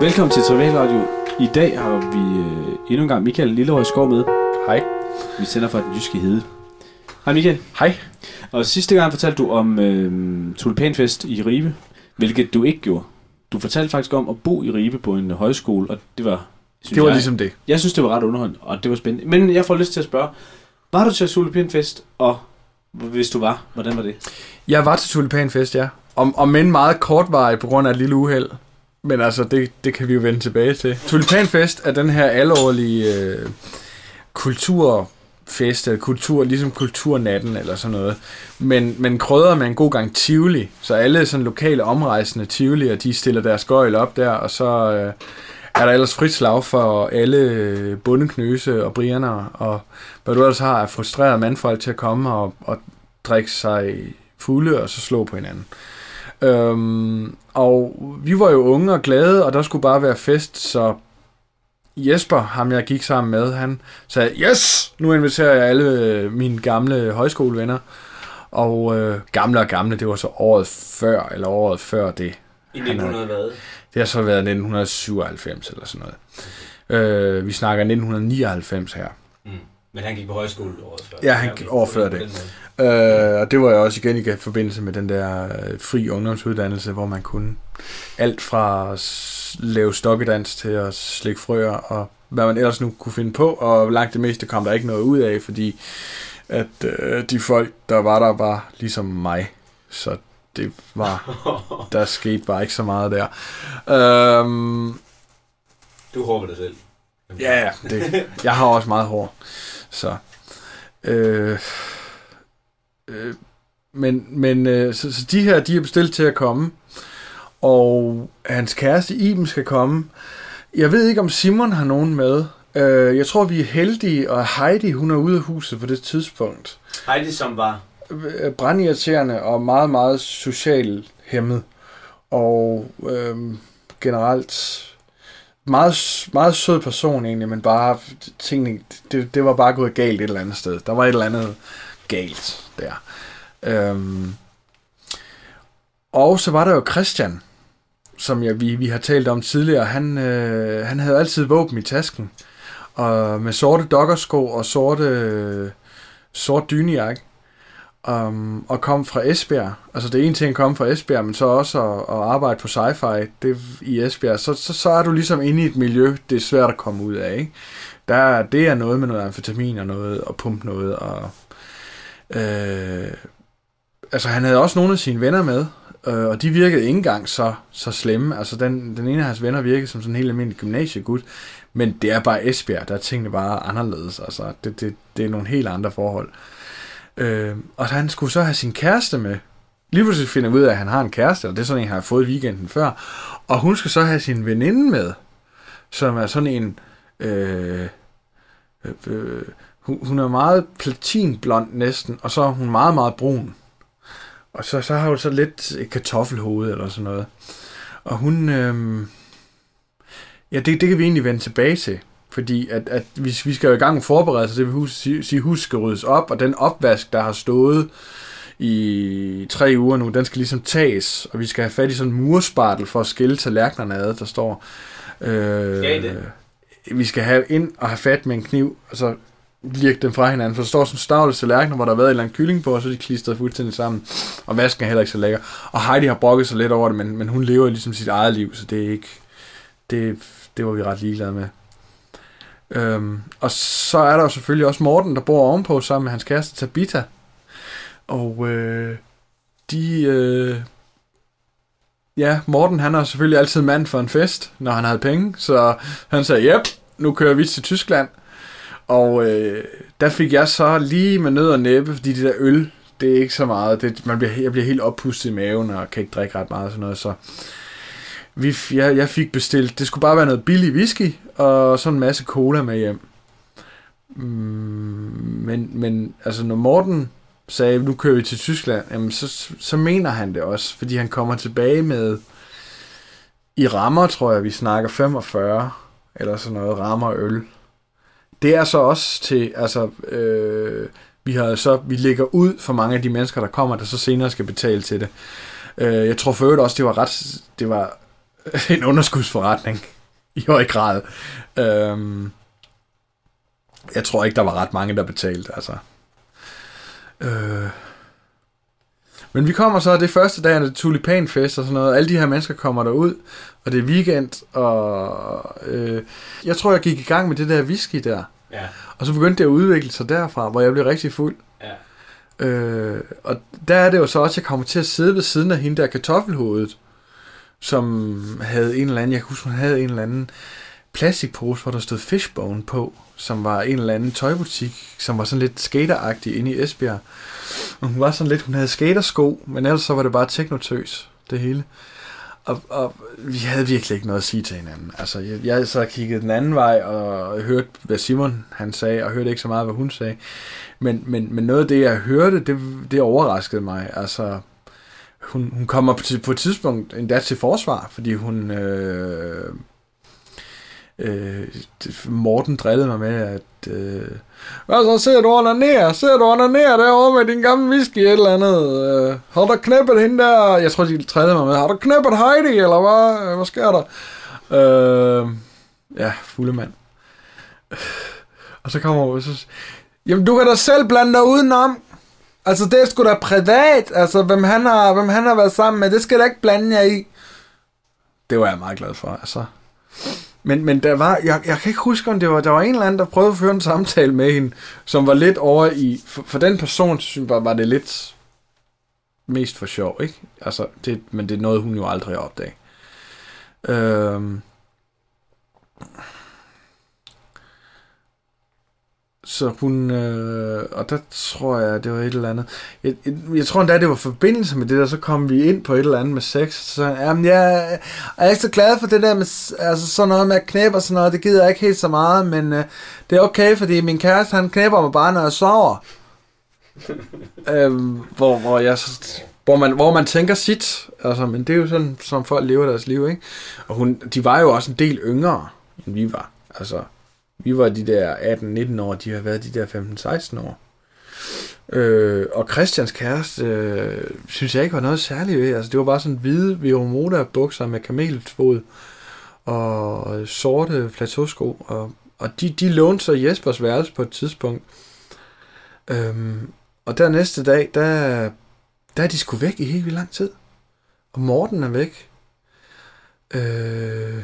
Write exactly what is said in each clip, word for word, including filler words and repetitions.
Velkommen til Trivial Radio. I dag har vi øh, endnu en gang Michael Lillerød Skov med. Hej. Vi sender fra den jyske hede. Hej Michael. Hej. Og sidste gang fortalte du om øh, tulipanfest i Ribe, hvilket du ikke gjorde. Du fortalte faktisk om at bo i Ribe på en højskole, og det var... Det var jeg, ligesom det. Jeg synes, det var ret underholdende, og det var spændende. Men jeg får lyst til at spørge, var du til tulipanfest, og hvis du var, hvordan var det? Jeg var til tulipanfest, ja. Om, om end meget kortvarigt på grund af et lille uheld. Men altså, det, det kan vi jo vende tilbage til. Tulipanfest er den her alårlige øh, kulturfest, eller kultur, ligesom kulturnatten eller sådan noget. Men, men krydder med en god gang Tivoli. Så alle sådan lokale omrejsende Tivoli'er, de stiller deres gøjl op der, og så øh, er der ellers frit slag for alle bondeknøse og brianer, og hvad du ellers har af frustrerede mandfolk til at komme og, og drikke sig fulde og så slå på hinanden. Øhm, og vi var jo unge og glade, og der skulle bare være fest, så Jesper, ham jeg gik sammen med, han sagde, yes, nu inviterer jeg alle mine gamle højskolevenner, og øh, gamle og gamle, det var så året før, eller året før det. I nitten hundrede hvad? Det har så været nitten syvoghalvfems eller sådan noget. Øh, vi snakker nitten nioghalvfems her. Mm. Men han gik på højskole året før? Ja, han gik over før det. Øh, og det var jo også igen i forbindelse med den der fri ungdomsuddannelse, hvor man kunne alt fra at lave stokkedans til at slikke frøer, og hvad man ellers nu kunne finde på, og langt det meste kom der ikke noget ud af, fordi at øh, de folk, der var der, var ligesom mig. Så det var, der skete bare ikke så meget der. Øhm, du håber det selv. Ja, det, jeg har også meget hår. Så, øh, øh, men, men øh, så, så de her, de er bestilt til at komme, og hans kæreste Iben skal komme. Jeg ved ikke, om Simon har nogen med. Øh, jeg tror, vi er heldige, og Heidi, hun er ude af huset på det tidspunkt. Heidi, som var? Brandirriterende og meget, meget socialt hæmmet. Og øh, generelt... Meget, meget sød person egentlig, men bare tingene, det, det var bare gået galt et eller andet sted. Der var et eller andet galt der. Øhm. Og så var der jo Christian, som jeg, vi, vi har talt om tidligere. Han, øh, han havde altid våben i tasken, og med sorte dokkersko og sorte, øh, sort dynejakke. Um, og kom fra Esbjerg. Altså det er en ting at komme fra Esbjerg, men så også at, at arbejde på sci-fi det, i Esbjerg. Så, så, så er du ligesom inde i et miljø, det er svært at komme ud af, ikke? Der, det er noget med noget amfetamin og noget, og pumpe noget. Og, øh, altså han havde også nogle af sine venner med, øh, og de virkede ikke engang så, så slemme. Altså den, den ene af hans venner virkede som sådan en helt almindelig gymnasiegud, men det er bare Esbjerg, der er tingene bare anderledes. Altså det, det, det er nogle helt andre forhold. Øh, og han skulle så have sin kæreste med. Lige pludselig finder ud af, at han har en kæreste, og det er sådan en, han har fået weekenden før. Og hun skal så have sin veninde med, som er sådan en... Øh, øh, øh, hun, hun er meget platinblond næsten, og så er hun meget, meget brun. Og så, så har hun så lidt et kartoffelhoved eller sådan noget. Og hun... Øh, ja, det, det kan vi egentlig vende tilbage til. Fordi at, at hvis vi skal jo i gang med forberedelse, det vil hus, sige, hus skal ryddes op, og den opvask, der har stået i tre uger nu, den skal ligesom tages, og vi skal have fat i sådan en murspartel for at skille tallerkenerne ad, der står. Øh, ja, det. Vi skal have ind og have fat med en kniv, og så lirke dem fra hinanden, for der står sådan stavlet tallerkener, hvor der har været en eller anden kylling på, og så er de klistret fuldstændig sammen, og vasken er heller ikke så lækker. Og Heidi har brokket sig lidt over det, men, men hun lever ligesom sit eget liv, så det er ikke, det, det var vi ret ligeglade med. Øhm, og så er der jo selvfølgelig også Morten, der bor ovenpå sammen med hans kæreste Tabitha. Og øh, de... Øh, ja, Morten han er selvfølgelig altid mand for en fest, når han havde penge. Så han sagde, jep, nu kører vi til Tyskland. Og øh, der fik jeg så lige med nød og næppe, fordi det der øl, det er ikke så meget. Det, man bliver, jeg bliver helt oppustet i maven og kan ikke drikke ret meget og sådan noget, så... Vi, jeg, jeg fik bestilt, det skulle bare være noget billig whisky, og så en masse cola med hjem. Mm, men, men altså når Morten sagde, nu kører vi til Tyskland, jamen så, så mener han det også, fordi han kommer tilbage med, i rammer tror jeg, vi snakker femogfyrre, eller sådan noget, rammer øl. Det er så også til, altså, øh, vi har så, vi lægger ud for mange af de mennesker, der kommer, der så senere skal betale til det. Øh, jeg tror for øvrigt også, det var ret, det var en underskudsforretning i høj grad. Øhm, jeg tror ikke, der var ret mange, der betalte, altså. Øh. Men vi kommer så, det første dag, det er tulipanfest og sådan noget, alle de her mennesker kommer derud, og det er weekend, og øh, jeg tror, jeg gik i gang med det der whisky der. Ja. Og så begyndte det at udvikle sig derfra, hvor jeg blev rigtig fuld. Ja. Øh, og der er det jo så også, at jeg kommer til at sidde ved siden af hende der kartoffelhovedet, som havde en eller anden, jeg kan huske, hun havde en eller anden plastikpose, hvor der stod Fishbone på, som var en eller anden tøjbutik, som var sådan lidt skateragtig inde i Esbjerg. Og hun var sådan lidt, hun havde skatersko, men ellers så var det bare teknotøs, det hele. Og, og vi havde virkelig ikke noget at sige til hinanden. Altså, jeg, jeg så kiggede den anden vej, og hørte, hvad Simon han sagde, og hørte ikke så meget, hvad hun sagde. Men, men, men noget af det, jeg hørte, det, det overraskede mig. Altså, hun, hun kommer på, på et tidspunkt endda til forsvar, fordi hun... Øh, øh, Morten drillede mig med, at... Øh, altså, ser du under nær? Ser du under nær derovre med din gamle whisky et eller andet? Øh, har du knæppet hende der? Jeg tror, de drillede mig med. Har du knæppet Heidi, eller hvad? Hvad sker der? Øh, ja, fulde mand. Og så kommer hun så... Jamen, du kan da selv blande dig udenom. Altså, det er sgu da privat. Altså, hvem han har, hvem han har været sammen med, det skal da ikke blande jer i. Det var jeg meget glad for, altså. Men, men der var, jeg, jeg kan ikke huske, om det var, der var en eller anden, der prøvede at føre en samtale med hende, som var lidt over i, for, for den person, synes jeg, var det lidt mest for sjov, ikke? Altså, det, men det er noget, hun jo aldrig opdagede. Øhm. Så hun, øh, og der tror jeg, det var et eller andet. Jeg, jeg, jeg tror endda, det var forbindelse med det der, så kom vi ind på et eller andet med sex. Så jamen, jeg er ikke så glad for det der med, altså sådan noget med at knæppe og sådan noget, det gider jeg ikke helt så meget, men øh, det er okay, fordi min kæreste, han knæpper mig bare, når jeg sover. øhm, hvor, hvor, jeg, hvor, man, hvor man tænker sit, altså, men det er jo sådan, som folk lever deres liv, ikke? Og hun, de var jo også en del yngre, end vi var, altså. Vi var de der atten nitten år, de har været de der femten seksten år. Øh, og Christians kæreste, øh, synes jeg ikke var noget særligt ved. Altså, det var bare sådan hvide Veromoda-bukser med kamelfod og sorte plateausko. Og, og de, de lånte så Jespers værelse på et tidspunkt. Øhm, og der næste dag, der, der er de sgu væk i helt vildt lang tid. Og Morten er væk. Øh,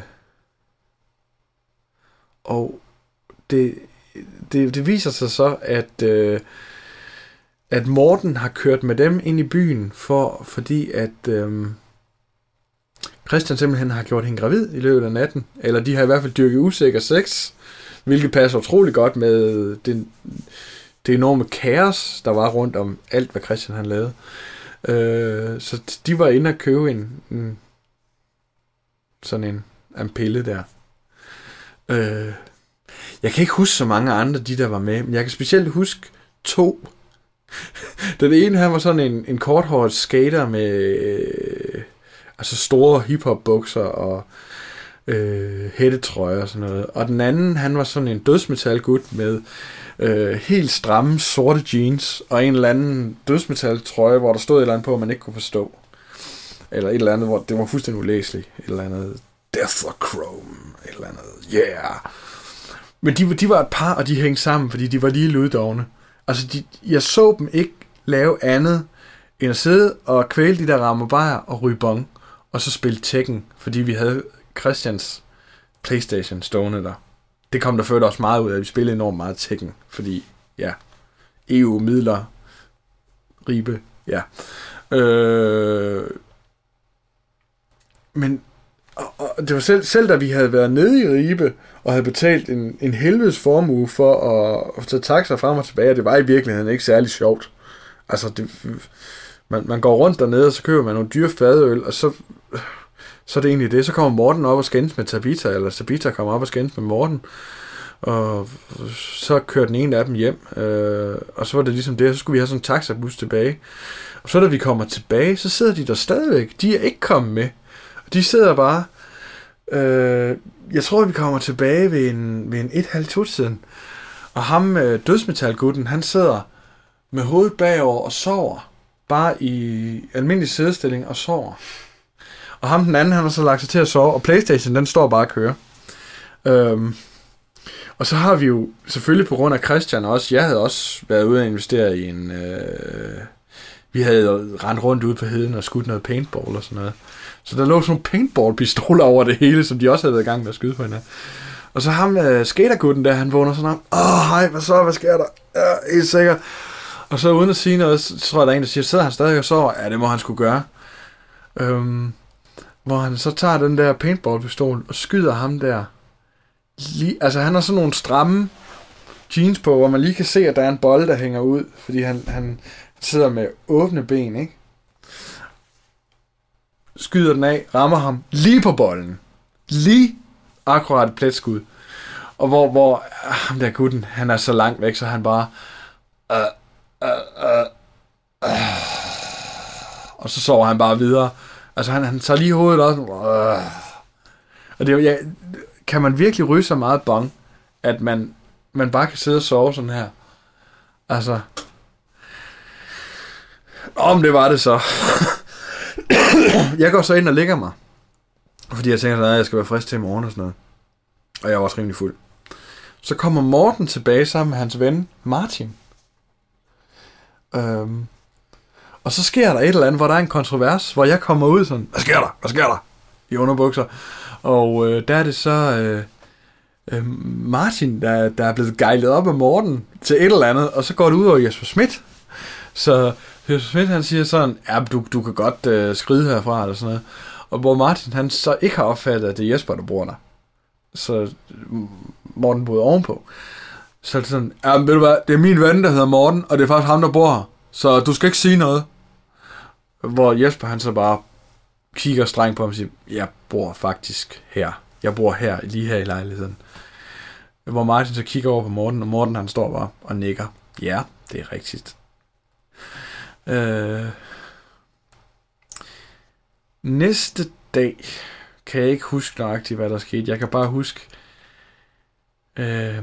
og Det, det, det viser sig så, at, øh, at Morten har kørt med dem ind i byen, for, fordi at øh, Christian simpelthen har gjort hende gravid i løbet af natten, eller de har i hvert fald dyrket usikker sex, hvilket passer utrolig godt med det, det enorme kaos, der var rundt om alt, hvad Christian han lavede. Øh, så de var inde og købe en, en sådan en, en pille der. Øh, Jeg kan ikke huske så mange andre, de der var med, men jeg kan specielt huske to. Den ene, han var sådan en, en korthåret skater med øh, altså store hiphop bukser og øh, hættetrøjer og sådan noget. Og den anden, han var sådan en dødsmetalgut med øh, helt stramme sorte jeans og en eller anden dødsmetaltrøje, hvor der stod et eller andet på, man ikke kunne forstå. Eller et eller andet, hvor det var fuldstændig ulæseligt. Et eller andet Death or Chrome. Et eller andet, yeah. Men de, de var et par, og de hængte sammen, fordi de var lige luddovne. Altså, de, jeg så dem ikke lave andet, end at sidde og kvæle de der rammerbajer og ryge bong, og så spille Tekken, fordi vi havde Christians PlayStation stående der. Det kom der ført også meget ud af, at vi spillede enormt meget Tekken, fordi, ja, E U-midler, Ribe, ja. Øh, men Og, og det var selv, selv da vi havde været nede i Ribe, og havde betalt en, en helvedes formue for at, at tage taxa frem og tilbage, og det var i virkeligheden ikke særlig sjovt. Altså, det, man, man går rundt dernede, og så køber man nogle dyre fadøl, og så, så er det egentlig det. Så kommer Morten op og skændes med Tabitha, eller Tabitha kommer op og skændes med Morten, og så kørte den ene af dem hjem, øh, og så var det ligesom det, og så skulle vi have sådan en taxabus tilbage. Og så da vi kommer tilbage, så sidder de der stadigvæk. De er ikke kommet med. De sidder bare, øh, jeg tror, vi kommer tilbage ved en, ved en et-halv to-tiden, og ham, øh, dødsmetalgutten, han sidder med hovedet bagover og sover, bare i almindelig sædestilling og sover. Og ham den anden, han har så lagt sig til at sove, og PlayStation, den står bare og kører. Øhm, og så har vi jo, selvfølgelig på grund af Christian også, jeg havde også været ude og investere i en, øh, vi havde rendt rundt ude på heden og skudt noget paintball og sådan noget. Så der lå sådan nogle paintball-pistoler over det hele, som de også havde været i gang med at skyde på hinanden. Og så ham, øh, skatergutten der, han vågner sådan om, åh, hej, hvad så, hvad sker der? Ja, helt sikkert. Og så uden at sige noget, så tror jeg, der er en, der siger, sidder han stadig og sover? Ja, det må han skulle gøre. Øhm, hvor han så tager den der paintball-pistol og skyder ham der. Lige, altså, han har sådan nogle stramme jeans på, hvor man lige kan se, at der er en bold, der hænger ud, fordi han, han sidder med åbne ben, ikke? Skyder den af, rammer ham lige på bolden. Lige akkurat et pletskud. Og hvor, hvor ham der gutten, han er så langt væk, så han bare... Øh, øh, øh, øh, og så sover han bare videre. Altså, han, han tager lige hovedet også. Øh, og det, ja, kan man virkelig ryge så meget bong, at man, man bare kan sidde og sove sådan her? Altså... Om det var det så. Jeg går så ind og lægger mig. Fordi jeg tænker, at jeg skal være frisk til i morgen og sådan noget. Og jeg var også rimelig fuld. Så kommer Morten tilbage sammen med hans ven Martin. Øhm, og så sker der et eller andet, hvor der er en kontrovers, hvor jeg kommer ud sådan, hvad sker der? Hvad sker der? I underbukser. Og øh, der er det så øh, øh, Martin, der, der er blevet gejlet op af Morten til et eller andet, og så går det ud over Jesper Schmidt. Så Jesper Schmidt, han siger sådan, ja, du, du kan godt øh, skride herfra, eller sådan noget. Og hvor Martin, han så ikke har opfattet, at det er Jesper, der bor der. Så Morten boede ovenpå. Så er det sådan, ja, men ved du hvad, det er min ven, der hedder Morten, og det er faktisk ham, der bor her. Så du skal ikke sige noget. Hvor Jesper, han så bare kigger strengt på ham og siger, jeg bor faktisk her. Jeg bor her, lige her i lejligheden. Hvor Martin så kigger over på Morten, og Morten, han står bare og nikker. Ja, det er rigtigt. Øh... Næste dag kan jeg ikke huske nøjagtigt, hvad der skete. Jeg kan bare huske øh,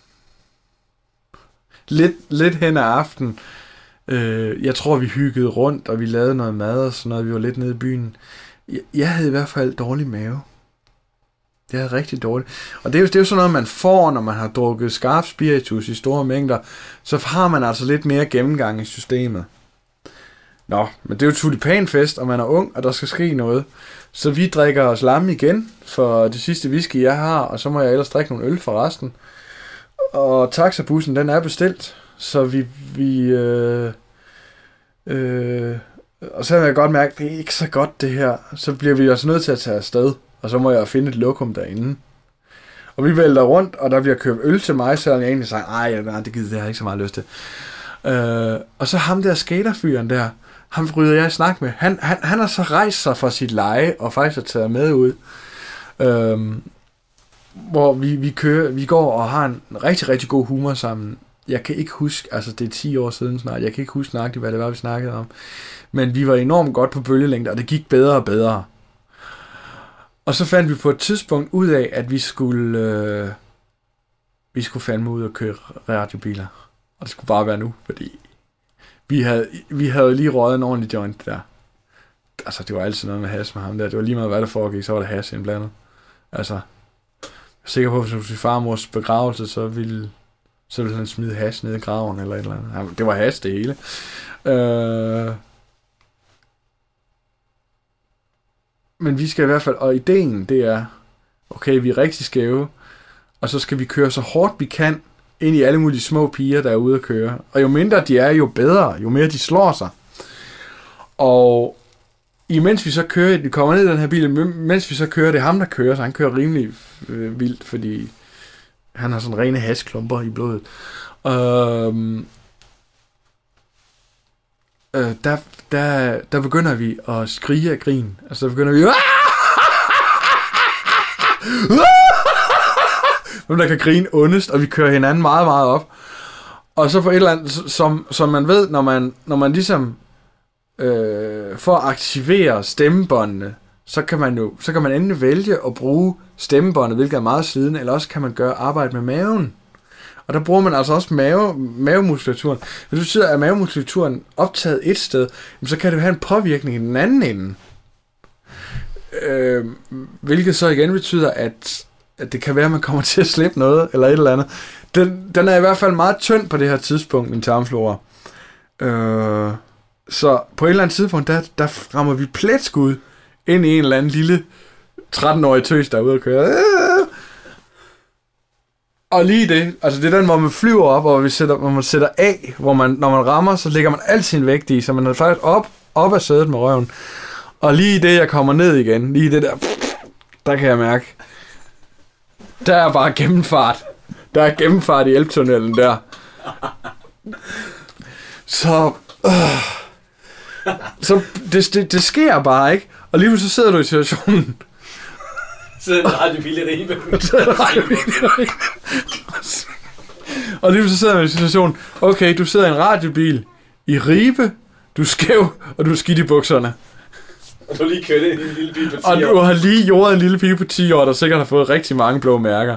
lidt, lidt hen ad aften. Øh, jeg tror, vi hyggede rundt, og vi lavede noget mad og sådan noget. Vi var lidt nede i byen. Jeg, jeg havde i hvert fald dårlig mave. Det havde rigtig dårligt. Og det er, jo, det er jo sådan noget, man får, når man har drukket skarp spiritus i store mængder. Så har man altså lidt mere gennemgang i systemet. Nå, men det er jo tulipanfest, og man er ung, og der skal ske noget. Så vi drikker os lamme igen for det sidste whisky, jeg har, og så må jeg ellers drikke nogle øl for resten. Og taxabussen, den er bestilt, så vi... vi øh, øh, og så har jeg godt mærket, det er ikke så godt det her. Så bliver vi også nødt til at tage afsted, og så må jeg finde et lokum derinde. Og vi vælter rundt, og der bliver købt øl til mig, selvom jeg egentlig siger, ej, nej, det gider det, jeg har ikke så meget lyst til. Øh, og så ham der skaterfyren der, ham bryder jeg i snak med. Han, han, han har så rejst sig fra sit leje, og faktisk har taget med ud. Øhm, hvor vi, vi, kører, vi går og har en rigtig, rigtig god humor sammen. Jeg kan ikke huske, altså det er ti år siden snart, jeg kan ikke huske nøjagtigt, hvad det var, vi snakkede om. Men vi var enormt godt på bølgelængde, og det gik bedre og bedre. Og så fandt vi på et tidspunkt ud af, at vi skulle, øh, vi skulle fandme ud og køre radiobiler. Og det skulle bare være nu, fordi vi havde, vi havde lige røget en ordentlig joint der. Altså, det var altid noget med hash med ham der. Det var lige meget, hvad der foregik, så var der hash indblandet. Altså, jeg er sikker på, at hvis du farmors begravelse, så ville, så ville han smide hash ned i graven eller et eller andet. Det var hash, det hele. Øh... Men vi skal i hvert fald, og ideen, det er, okay, vi er rigtig skæve, og så skal vi køre så hårdt vi kan, ind i alle mulige små piger, der er ude at køre. Og jo mindre de er, jo bedre. Jo mere de slår sig. Og imens vi så kører, vi kommer ned i den her bil, mens vi så kører, det er ham, der kører, så han kører rimelig øh, vildt, fordi han har sådan rene hashklumper i blodet. Øhm, øh, der, der, der begynder vi at skrige af grin. Altså, der begynder vi... Hvem der kan grine ondest, og vi kører hinanden meget, meget op. Og så på et eller andet, som, som man ved, når man, når man ligesom øh, for at aktivere stemmebåndene, så kan man jo, så kan man endelig vælge at bruge stemmebåndet, hvilket er meget slidende, eller også kan man gøre arbejde med maven. Og der bruger man altså også mave, mavemuskulaturen. Hvis du sidder af mavemuskulaturen optaget et sted, så kan det have en påvirkning i den anden ende. Øh, hvilket så igen betyder, at, at det kan være, at man kommer til at slippe noget, eller et eller andet. Den, den er i hvert fald meget tynd på det her tidspunkt, min tarmflora. Øh, så på et eller andet tidspunkt, der, der rammer vi pletskud ind i en eller anden lille tretten-årig tøs, der er ude at køre. Øh, og lige det, altså det er den, hvor man flyver op, hvor, vi sætter, hvor man sætter af, hvor man, når man rammer, så lægger man al sin vægt i, så man er faktisk op, op af sædet med røven. Og lige det, jeg kommer ned igen, lige det der, der kan jeg mærke, der er bare gennemfart. Der er gennemfart i elbtunnelen der. Så, øh, så det, det, det sker bare, ikke? Og lige så sidder du i situationen. Sidder en radiobil i Ribe. Sidder en radiobil i Ribe. Og lige så sidder man i situationen. Okay, du sidder i en radiobil i Ribe, du er skæv, og du er skidt i bukserne. Og du har lige kørt ind i en lille bil på ti år. Og du har lige jordet en lille pige på ti år, der sikkert har fået rigtig mange blå mærker.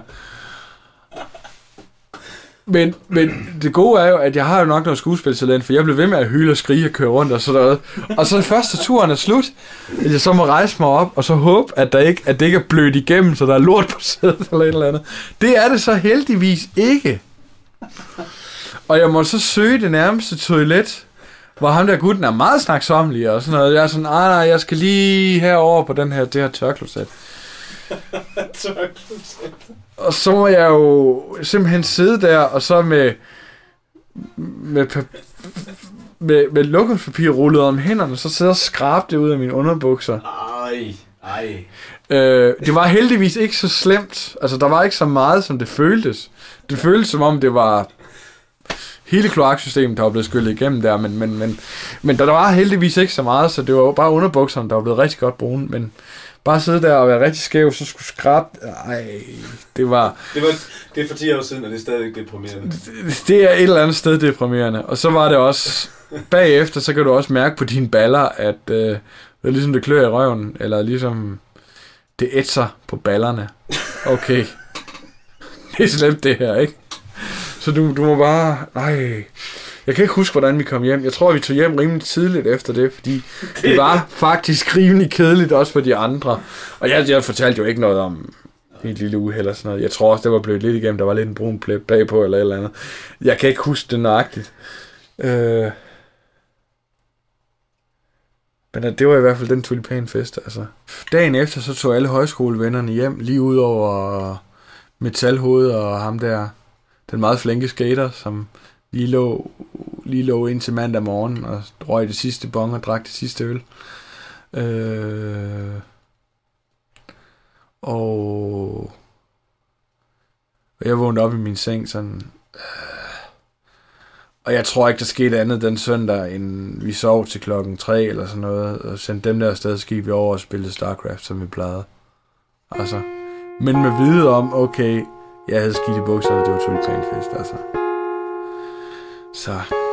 Men, men det gode er jo, at jeg har jo nok noget skuespiltalent, for jeg blev ved med at hyle og skrige og køre rundt og sådan noget. Og så første turen er slut, at jeg så må rejse mig op, og så håbe, at, der ikke, at det ikke er blødt igennem, så der er lort på sædet eller et eller andet. Det er det så heldigvis ikke. Og jeg må så søge det nærmeste toilet, hvor ham der gutten er meget snaksomlig og sådan noget. Jeg er sådan, nej, nej, jeg skal lige herover på den her, det her tørkloset. Tørkloset. Og så må jeg jo simpelthen sidde der, og så med med, med, med lokumspapir rullet om hænderne, så sidde og skrabe det ud af mine underbukser. Ej, ej. Øh, det var heldigvis ikke så slemt. Altså, der var ikke så meget, som det føltes. Det føltes som om, det var hele kloaksystemet, der var blevet skyllet igennem der, men, men, men, men der var heldigvis ikke så meget, så det var bare underbukserne, der var blevet rigtig godt brune, men bare sidde der og være rigtig skæv, så skulle skrabe. Ej, det var... Det, var, det er for ti år siden, og det er stadig deprimerende. Det, det er et eller andet sted deprimerende. Og så var det også... Bagefter, så kan du også mærke på dine baller, at øh, det er ligesom det klør i røven, eller ligesom det ætser på ballerne. Okay. Det er slemt det her, ikke? Så du, du må bare... Nej... Jeg kan ikke huske, hvordan vi kom hjem. Jeg tror, vi tog hjem rimelig tidligt efter det, fordi det var faktisk rimelig kedeligt også for de andre. Og jeg, jeg fortalte jo ikke noget om et lille uheld eller sådan noget. Jeg tror også, det var blevet lidt igennem. Der var lidt en brun plet bagpå eller et eller andet. Jeg kan ikke huske det nøjagtigt. Øh... Men det var i hvert fald den tulipanfest, altså. Dagen efter, så tog alle højskolevennerne hjem, lige ud over Metalhoved og ham der, den meget flinke skater, som lige lå, lige lå ind til mandag morgen og røg det sidste bong og drak det sidste øl. Øh, og, og jeg vågnede op i min seng sådan... Øh, og jeg tror ikke, der skete andet den søndag, end vi sov til klokken tre eller sådan noget, og sendte dem der afsted, så gik vi over og spillede StarCraft, som vi plejede. Altså, men med vide om, okay, jeg havde skidt i bukserne, det var tulipanfest, altså. Så...